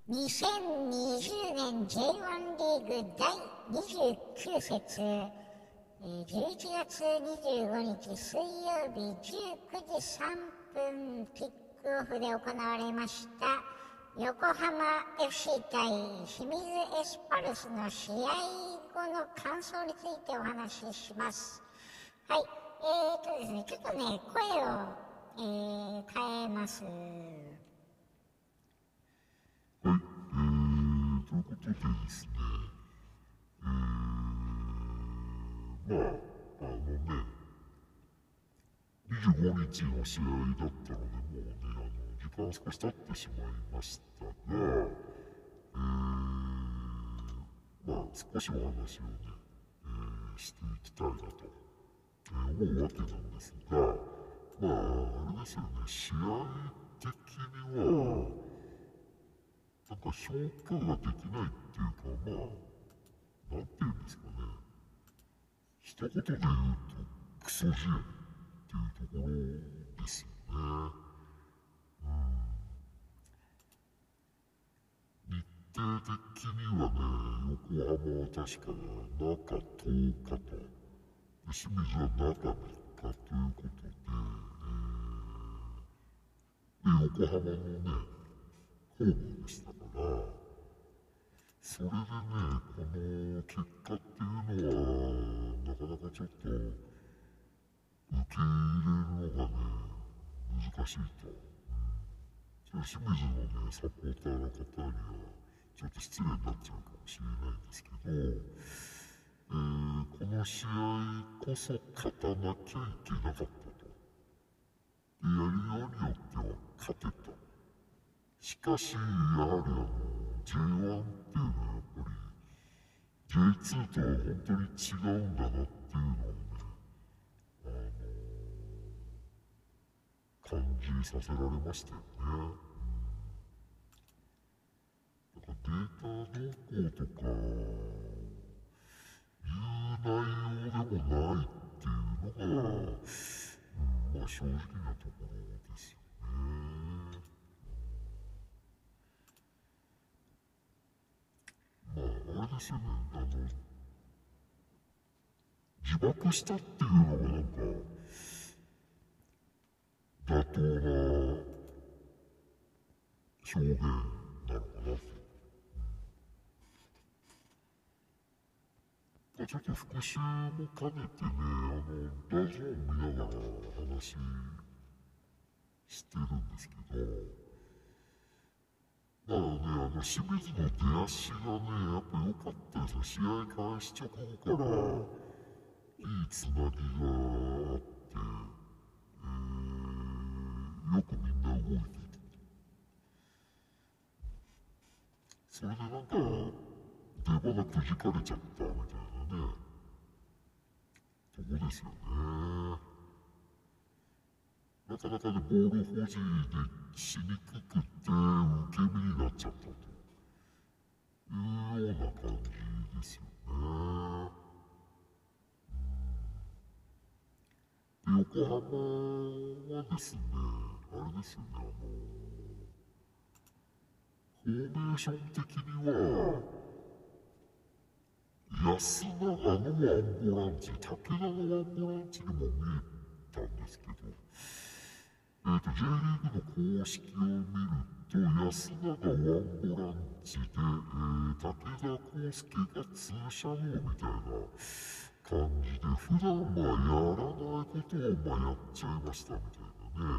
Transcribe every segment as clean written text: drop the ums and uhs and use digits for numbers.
2020年 J1 リーグ第29節、11月25日水曜日19時3分キックオフで行われました横浜 FC 対清水エスパルスの試合後の感想についてお話しします。はい、ですね、ちょっとね、声を、変えます。 はい、ということでですね、25日の試合だったので、もうね、時間少し経ってしまいましたが、少しお話をね、していきたいなと、思うわけなんですが、あれですよね、試合的には、なんか評価ができないっていうか、なんていうんですかね、一言で言うと、クソ試合っていうところですよね。日程的にはね、横浜は確か中10日と、清水は中3日ということで、横浜のね、ホームでしたから、それでね、この結果っていうのは、なかなかちょっと受け入れるのがね、難しいと。清水のね、サポーターの方には、ちょっと失礼になっちゃうかもしれないんですけど、この試合こそ勝たなきゃいけなかったと。やりようによっては勝てた。しかし、やはりJ1 っていうのはやっぱり、J2 とは本当に違うんだなっていうのをね、感じさせられましたよね。データ動向とかいう内容でもないっていうのが、正直なところですよね。あれですよね、自爆したっていうのがなんか、妥当な表現なのかなと。ちょっと復習も兼ねてね、ラジオを見ながら話してるんですけど、清水の出足がね、やっぱ良かったですよ。試合開始直後から、いいつなぎがあって、よくみんな動いていた。それでなんか、出花くじかれちゃったみたいなね、とこですよね。なかなかね、ボール保持でしにくくて、受け身になっちゃったというような感じですよね。で、横浜はですね、あれですよね、フォーメーション的には、安田のワンボランチ、武田のワンボランチにも見えたんですけど、J リーグの公式を見ると、安田がワンボランチで、武田康介がツーシャドウみたいな感じで、普段やらないことをやっちゃいましたみたいなね。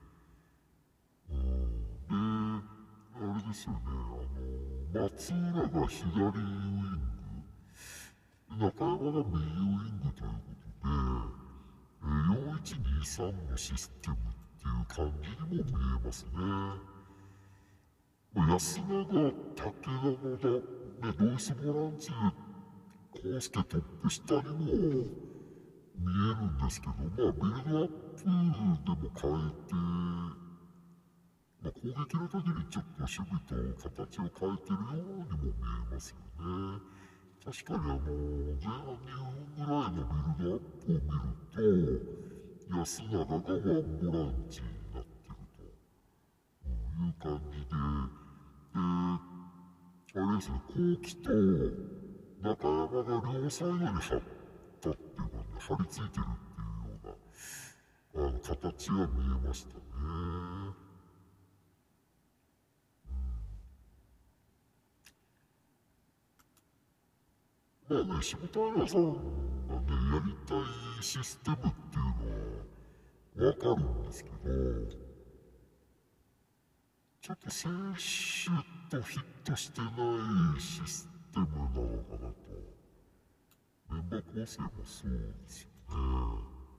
で、あれですよね、松浦が左ウィング、中山が右ウィングということで、4123のシステムっていう感じにも見えますね。安田が武田のドイツボランチで康介トップ下にも見えるんですけど、ビルドアップでも変えて、攻撃の時にちょっと守備と形を変えてるようにも見えますよね。確かに前半2分ぐらいのビルドアップを見ると、安永がワンボランチになってるという感じで、 れですね、後期と中山が両サイドに張ったっていうかね、張り付いてるっていうような形が見えましたね。まあね、下平さんがね、やりたいシステムっていうのはわかるんですけど、ちょっと選手とフィットしてないシステムなのかなと。メンバー構成もそうですよね。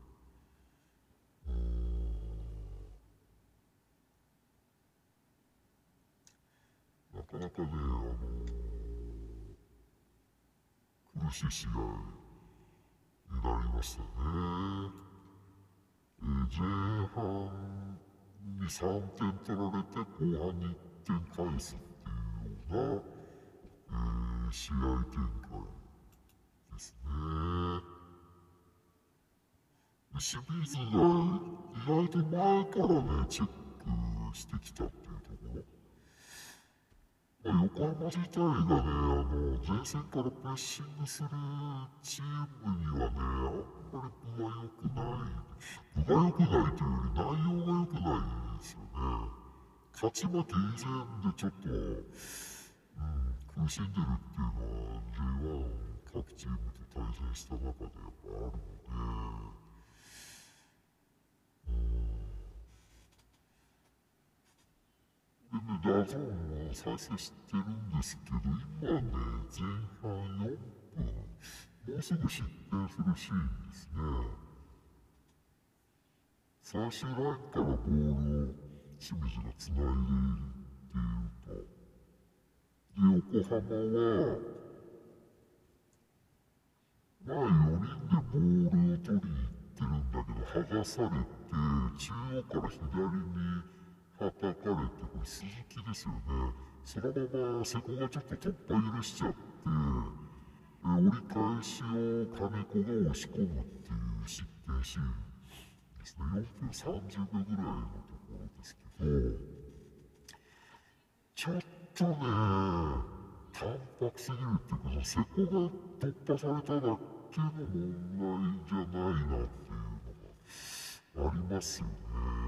なかなかね、苦しい試合になりましたね。前半に3点取られて後半に1点返すっていうような、試合展開ですね。清水が意外と前からね、チェックしてきたっていうところ。横浜自体がね、前線からプレッシングするチームにはね、あんまり分が良くない。分が良くないというより内容が良くないんですよね。勝ち負け以前でちょっと、苦しんでるっていうのは J1 各チームと対戦した中でやっぱあるので、でね、ダゾーンを再生してるんですけど、今ね、前半4分、もうすぐ失点するシーンですね。最終ラインからボールを清水が繋いでいるっていうと、で、横浜は、前4人でボールを取りに行ってるんだけど、剥がされて、中央から左に叩かれて、これ鈴木ですよね。そのまま瀬古がちょっと突破許しちゃって、折り返しを金子が押し込むっていう失点シーンですね。4分30秒ぐらいのところですけど、ちょっとね、淡白すぎるっていうか、瀬古が突破されただけの問題じゃないなっていうのがありますよね。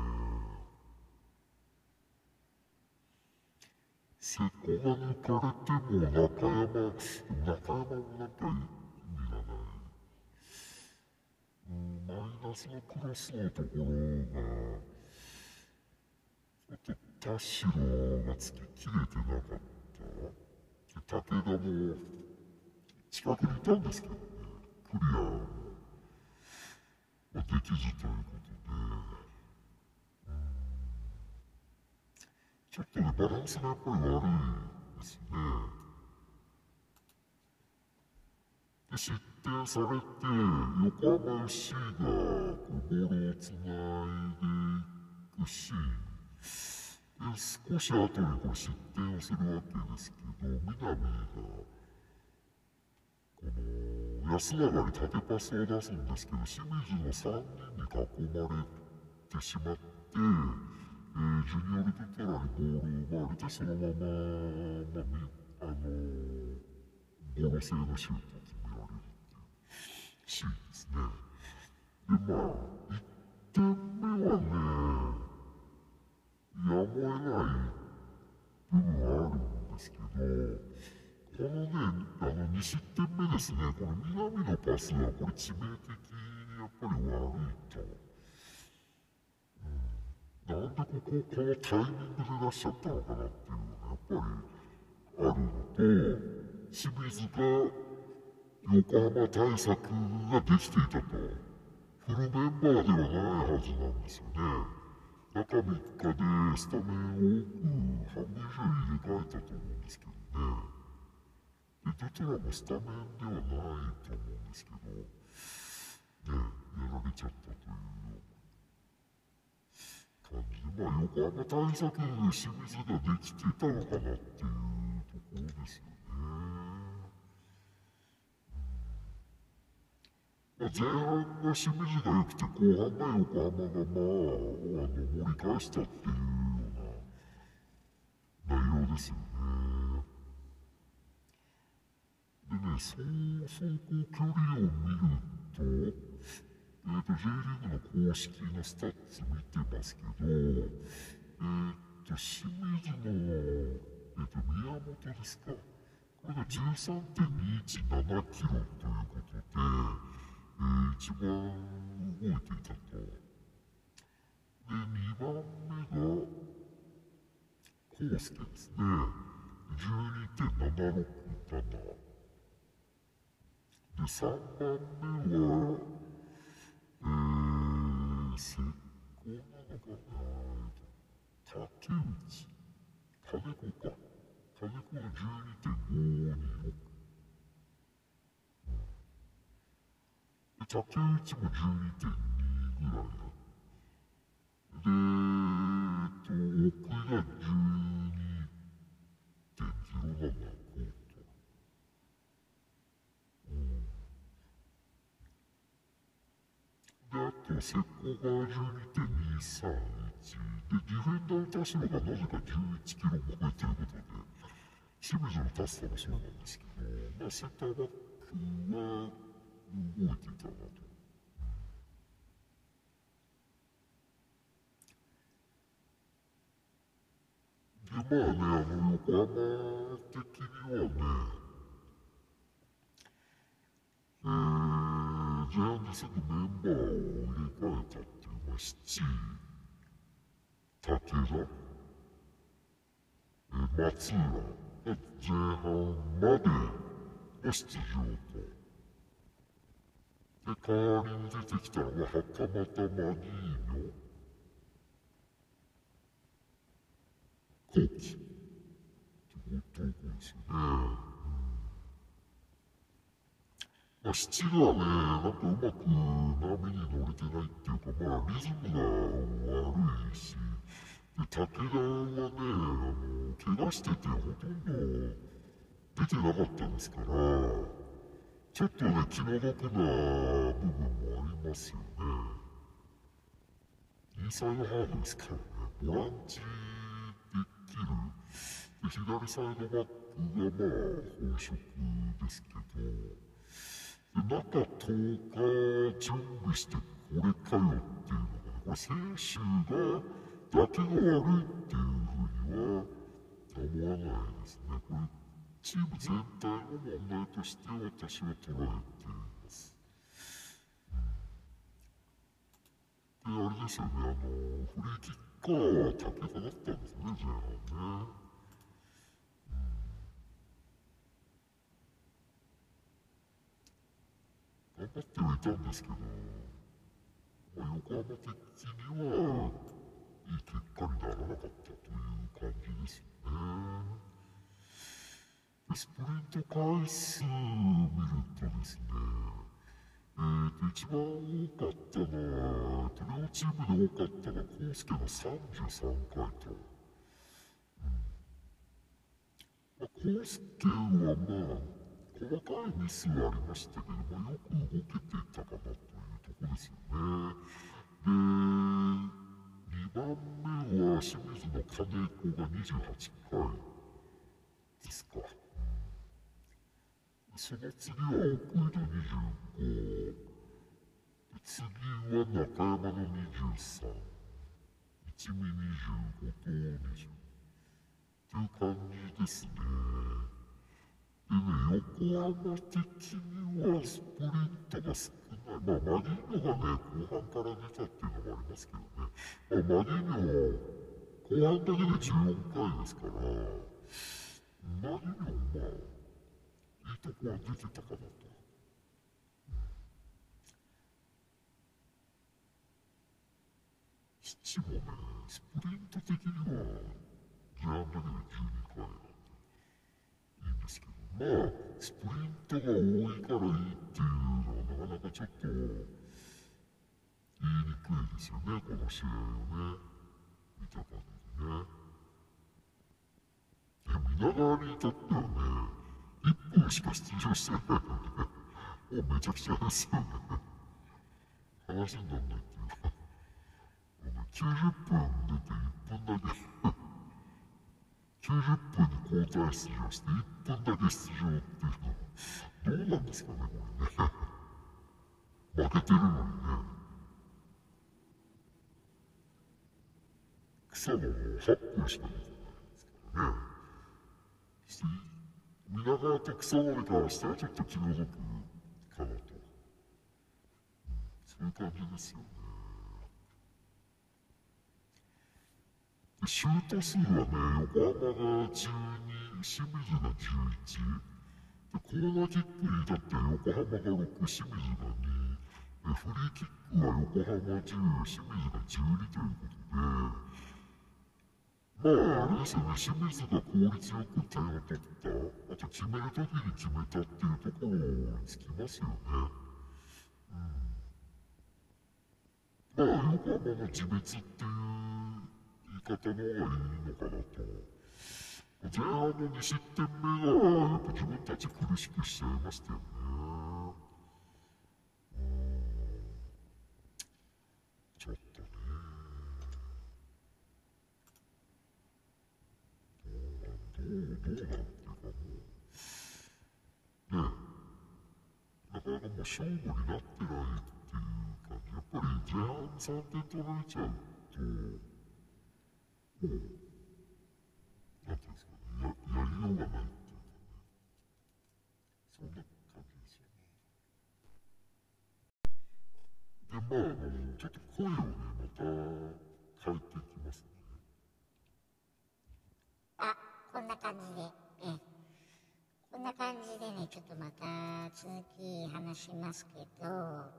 瀬古が抜かれても中山もなんか意味がない。マイナスのクロスのところが、ちょっと田代がつききれてなかった。武田も近くにいたんですけどね、クリアもできずということで、ちょっとね、バランスがやっぱり悪いですね。で、失点されて、横浜 FC がボールをつないでいくシーン。で、少し後にこれ失点をするわけですけど、南が、安永に縦パスを出すんですけど、清水の3人に囲まれてしまって、ジュニオル・トゥタラにボールを奪われて、そのまま、ボロ製のシュートを決められるっていうシーンですね。で、まあ、1点目はね、やむを得ない部分はあるんですけど、このね、2失点目ですね、これ南のパスはこれ致命的にやっぱり悪いと。なんでこのタイミングで出しちゃったのかなっていうのがやっぱりあるのと、清水が横浜対策ができていたと。フルメンバーではないはずなんですよね。中3日でスタメンを半分以上入れ替えたと思うんですけどね。で、どちらもスタメンではないと思うんですけど、ね、やられちゃったという感じで、まあ、横浜対策で清水ができてたのかなっていうところですよね。まあ、前半が清水が良くて、後半が横浜が盛り返したっていうような内容ですよね。 そうそうこう距離を見ると、J リーグの公式のスタッツ見てますけど、清水の、宮本ですか。これが 13.217 キロということで、一番動いていたと。で、2番目が、康介ですね。12.767。で、3番目は、石膏なのかな、竹内。金子か。金子が12.526。で、竹内も12.2ぐらいだ。で、奥井が12.07コート。で、あと、瀬古が12.231。で、ディフェンダーに足すのがなぜか11キロ超えということで、清水の足すのもそうなんですけど、センターバックは動いていたなと。で、横浜的にはね、前半ですぐメンバーを入れ替えたっていう、7位、武田、松浦が前半までの出場と。で、代わりに出てきたのが袴田マニーノ、後期。ということですよね。7がね、なんかうまく波に乗れてないっていうか、リズムが悪いし、で、武田はね、怪我しててほとんど出てなかったですから、ちょっとね、気の毒な部分もありますよね。インサイドハーフですからね、ボランチできる。で、左サイドバックが本職ですけど、中10日準備してこれかよっていうのが、これ選手だけが悪いっていうふうには思わないですね。これチーム全体の問題として私は捉えています。で、あれですよね、フリーキッカーは武田だったんですよね、前半ね。頑張ってはいたんですけど、横浜的にはいい結果にならなかったという感じですよね。で、スプリント回数見るとですね、一番多かったのは、両チームで多かったのは、康介の33回と。康介は細かいミスはありましたけども、よく動けていたかなというところですよね。で、2番目は清水の金子が28回ですか。その次は奥井の25。次は中山の23。一味25と20。という感じですね。でね、横浜的にはスプリントが少ない。マリーノがね、後半から出たっていうのもありますけどね。マリーノは後半だけで14回ですから、マリーノいいとこは出てたかなと。7もね、スプリント的には前半だけで12回なんでいいんですけど、スプリントが多いからいいっていうのはなかなかちょっと言いにくいですよね、この試合をね、見た感じね。皆川に至ってはね、1分しか出場してないので、もうめちゃくちゃですよね。話にならないっていうか、90分出て1分だけ90分に交代出場して1分だけ出場っていうのは、 どうなんですかね、これね。負けてるのにね。草ももう8分しか出てないですからね。皆川と草森からしたらちょっと気の毒かなと。そういう感じですよね。シュート数はね、横浜が12、清水が11。で、コーナーキックに至っては横浜が6、清水が2。フリーキックは横浜10、清水が12ということで、まあ、あれですよね、清水が効率よく点を取った、あと決めるときに決めたっていうところにつきますよね。まあ、横浜の自滅っていう言い方の方がいいのかなと。前半の2失点目がやっぱ自分たち苦しくしちゃいましたよね。ちょっとね。どうなんていうかもう、ねえ、なかなかもう勝負になってないっていうか、やっぱり前半3点取られちゃうと、もう、なんていうんですかね、やりようがないっていうかね、そんな感じですよね。で、まあ、ちょっと声をね、また変えていきますね。 あ、こんな感じで、こんな感じでね、ちょっとまた続き話しますけど、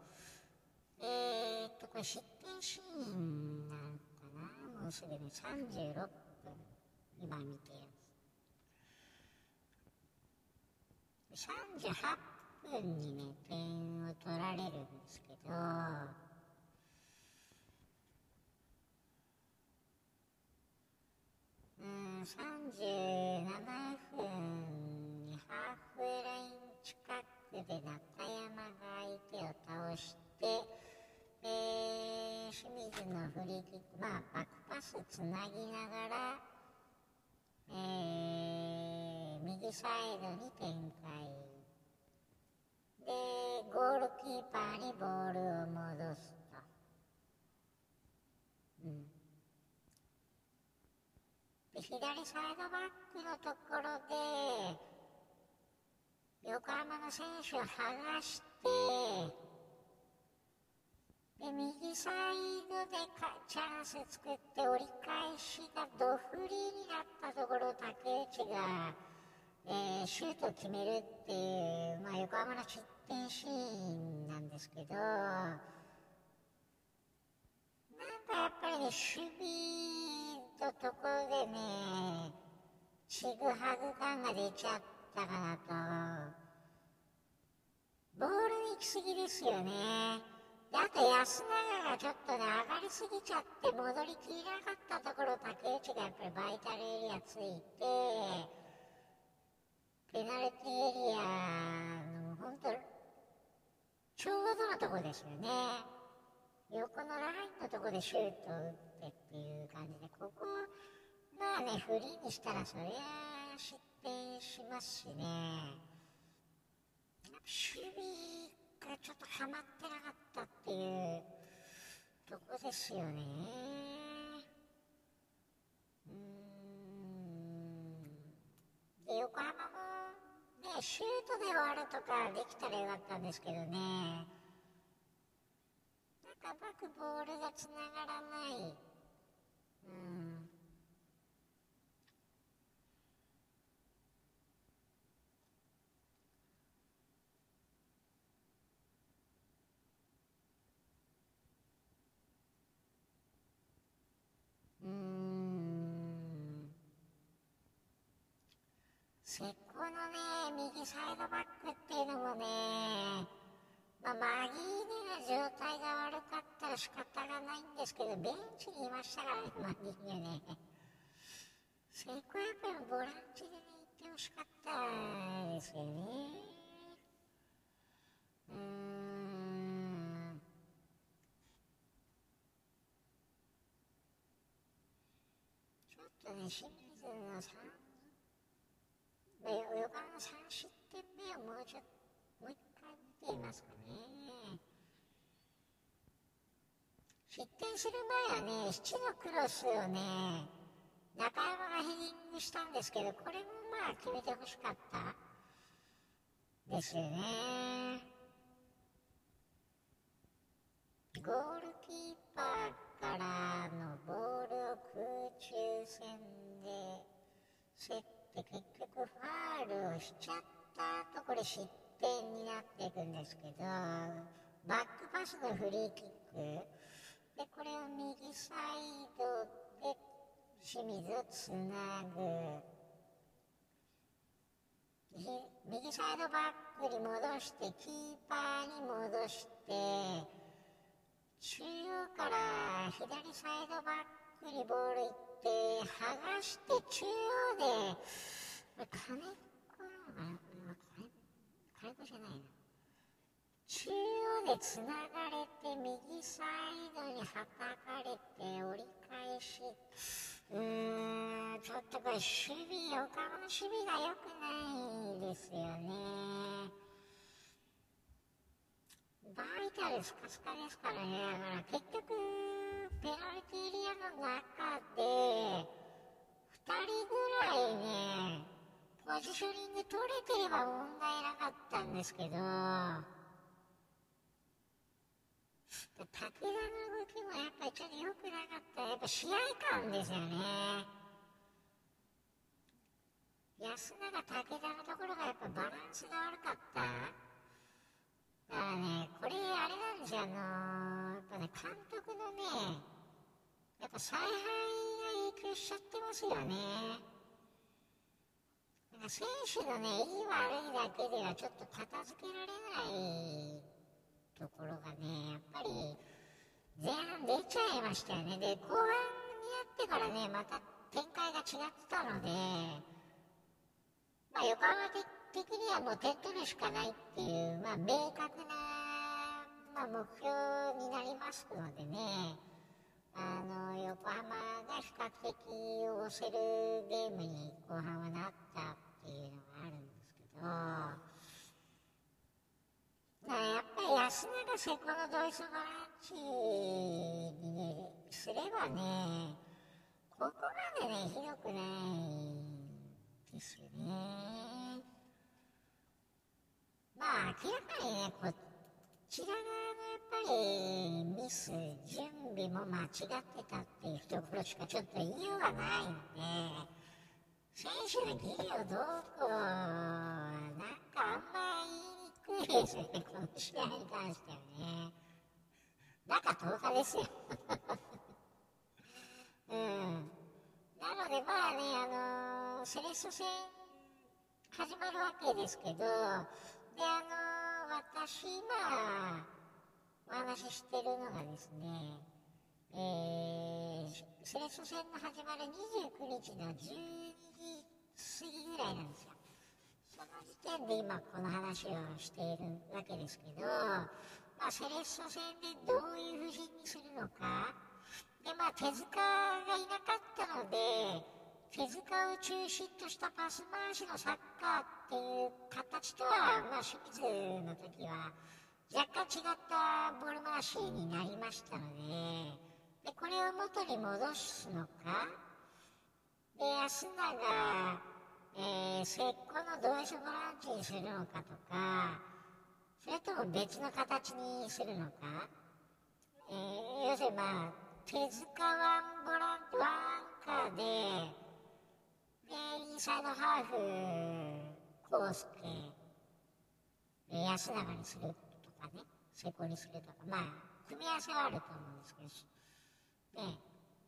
これ失点シーンなのかな、もうすぐね、36分、今見てる。38分にね、点を取られるんですけど、37分にハーフライン近くで中山が相手を倒して、清水のフリーキック、まあバックパスつなぎながら、右サイドに展開で、ゴールキーパーにボールを戻すと、で左サイドバックのところで横浜の選手を剥がして、で右サイドでチャンス作って折り返しがドフリーになったところ、竹内が、シュートを決めるっていう、まあ、横浜の失点シーンなんですけど、なんかやっぱりね、守備のところでね、ちぐはぐ感が出ちゃったかなと。ボールに行き過ぎですよね。で、あと安永がちょっとね、上がりすぎちゃって戻りきれなかったところ、竹内がやっぱりバイタルエリアついて、ペナルティーエリアのほんとちょうどのとこですよね。横のラインのとこでシュートを打ってっていう感じで、ここまあね、フリーにしたらそりゃ失点しますしね。守備がちょっとはまってなかったっていうとこですよね。で、横浜もね、シュートで終わるとかできたらよかったんですけどね。なんかうまくボールがつながらない。瀬古のね、右サイドバックっていうのもね、まあ、マギーニの状態が悪かったら仕方がないんですけど、ベンチにいましたからね、マギーニはね。瀬古はやっぱりボランチでね、行ってほしかったですよね。ちょっとね、清水の横浜の3失点目をもうちょっもう一回見てみますかね。失点する前はね、7のクロスをね、中山がヘディングしたんですけど、これもまあ決めてほしかったですよね。ゴールキーパーからのボールを空中戦で競って結局ファールをしちゃった後、これ失点になっていくんですけど、バックパスのフリーキックで、これを右サイドで清水をつなぐ。右サイドバックに戻して、キーパーに戻して、中央から左サイドバックにボールいって、剥がして中央で、金子なのかな、金子じゃないな。中央でつながれて、右サイドにはたかれて、折り返し、ちょっとこれ守備、横浜の守備が良くないですよね。バイタルスカスカですからね。だから結局、ペナルティーエリアの中で、2人ぐらいね、ポジショニング取れてれば問題なかったんですけど、武田の動きもやっぱりちょっと良くなかった。やっぱ試合感ですよね。安永、武田のところがやっぱバランスが悪かった。だからね、これあれなんですよ、やっぱね、監督のね、やっぱ采配が影響しちゃってますよね。なんか選手のね、いい悪いだけではちょっと片付けられないところがね、やっぱり前半出ちゃいましたよね。で、後半になってからね、また展開が違ってたので、まあ、横浜的にはもう点取るしかないっていう、まあ、明確な、まあ、目標になりますのでね、横浜が比較的押せるゲームに後半はなったっていうのがあるんですけど、やっぱり安永瀬古のドイツボランチにすればね、ここまでね、ひどくないですよね。まあ明らかにね、こちら側のやっぱりミス、準備も間違ってたっていうところしかちょっと言いようがないので、選手の技量どうこう、なんかあんま言いにくいですよね、この試合に関してはね。中10日ですよ。なのでまあね、セレッソ戦始まるわけですけど、で、私今お話ししてるのがですね、セレッソ戦の始まる29日の12時過ぎぐらいなんですよ。その時点で今この話をしているわけですけど、まあ、セレッソ戦でどういう布陣にするのか。で、まあ、手塚がいなかったので、手塚を中心としたパス回しのサッカーっていう形とは、まあ、清水の時は若干違ったボール回しになりましたので、これを元に戻すのか、で、安永、石膏の同一ボランチにするのかとか、それとも別の形にするのか、要するにまあ、手塚ワンボランチ、ワンアンカーで、インサイドハーフ、コウスケ、安永にするとかね、石膏にするとか、まあ、組み合わせはあると思うんですけど、ね、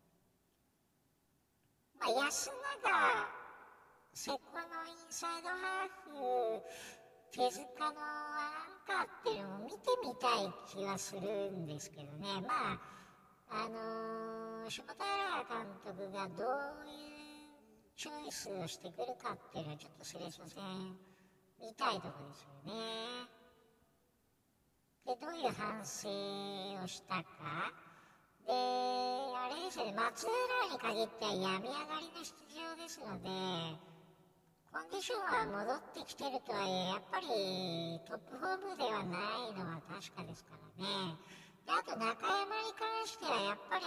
まあ、安永、石膏のインサイドハーフ、手塚のアンカーっていうのを見てみたい気はするんですけどね。まあ、下平監督がどういうチョイスをしてくるかっていうのはちょっとセレッソ戦見たいところですよね。で、どういう反省をしたか。で、あれですよね、松浦に限っては病み上がりの出場ですので、今ディションは戻ってきてるとはいえ、やっぱりトップフォームではないのは確かですからね。であと中山に関してはやっぱり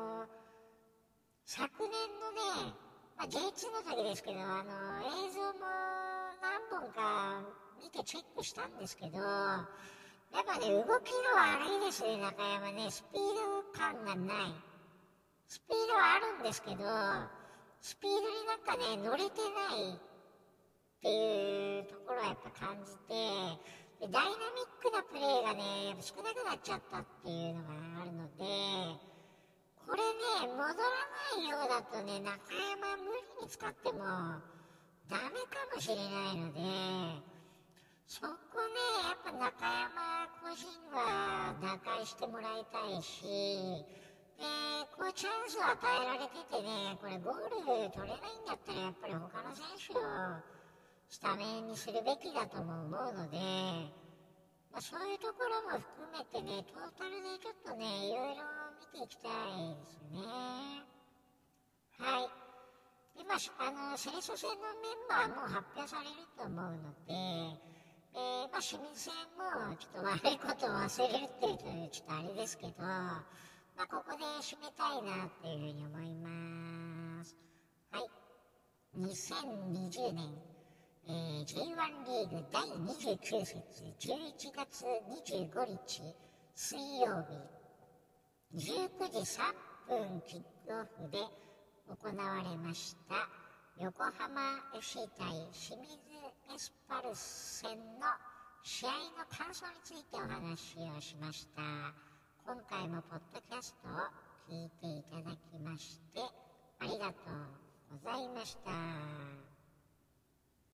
昨年のね、J2 の時ですけど、映像も何本か見てチェックしたんですけど、やっぱね、動きが悪いですね、中山ね。スピード感がない。スピードはあるんですけど、スピードになんかね、乗れてないっていうところはやっぱ感じて、でダイナミックなプレーがね、やっぱ少なくなっちゃったっていうのがあるので、これね、戻らないようだとね、中山無理に使ってもダメかもしれないので、そこね、やっぱ中山個人は打開してもらいたいし、で、こうチャンスを与えられててね、これゴール取れないんだったらやっぱり他の選手をスタメンにするべきだとも思うので、そういうところも含めてね、トータルでちょっとね、いろいろ見ていきたいですね。はい。で、セレッソ戦のメンバーも発表されると思うので、清水戦もちょっと悪いことを忘れるっていうとちょっとあれですけど、ここで締めたいなっていうふうに思います。はい。2020年、J1 リーグ第29節11月25日水曜日19時3分キックオフで行われました横浜 FC 対清水エスパルス戦の試合の感想についてお話をしました。今回もポッドキャストを聞いていただきましてありがとうございました。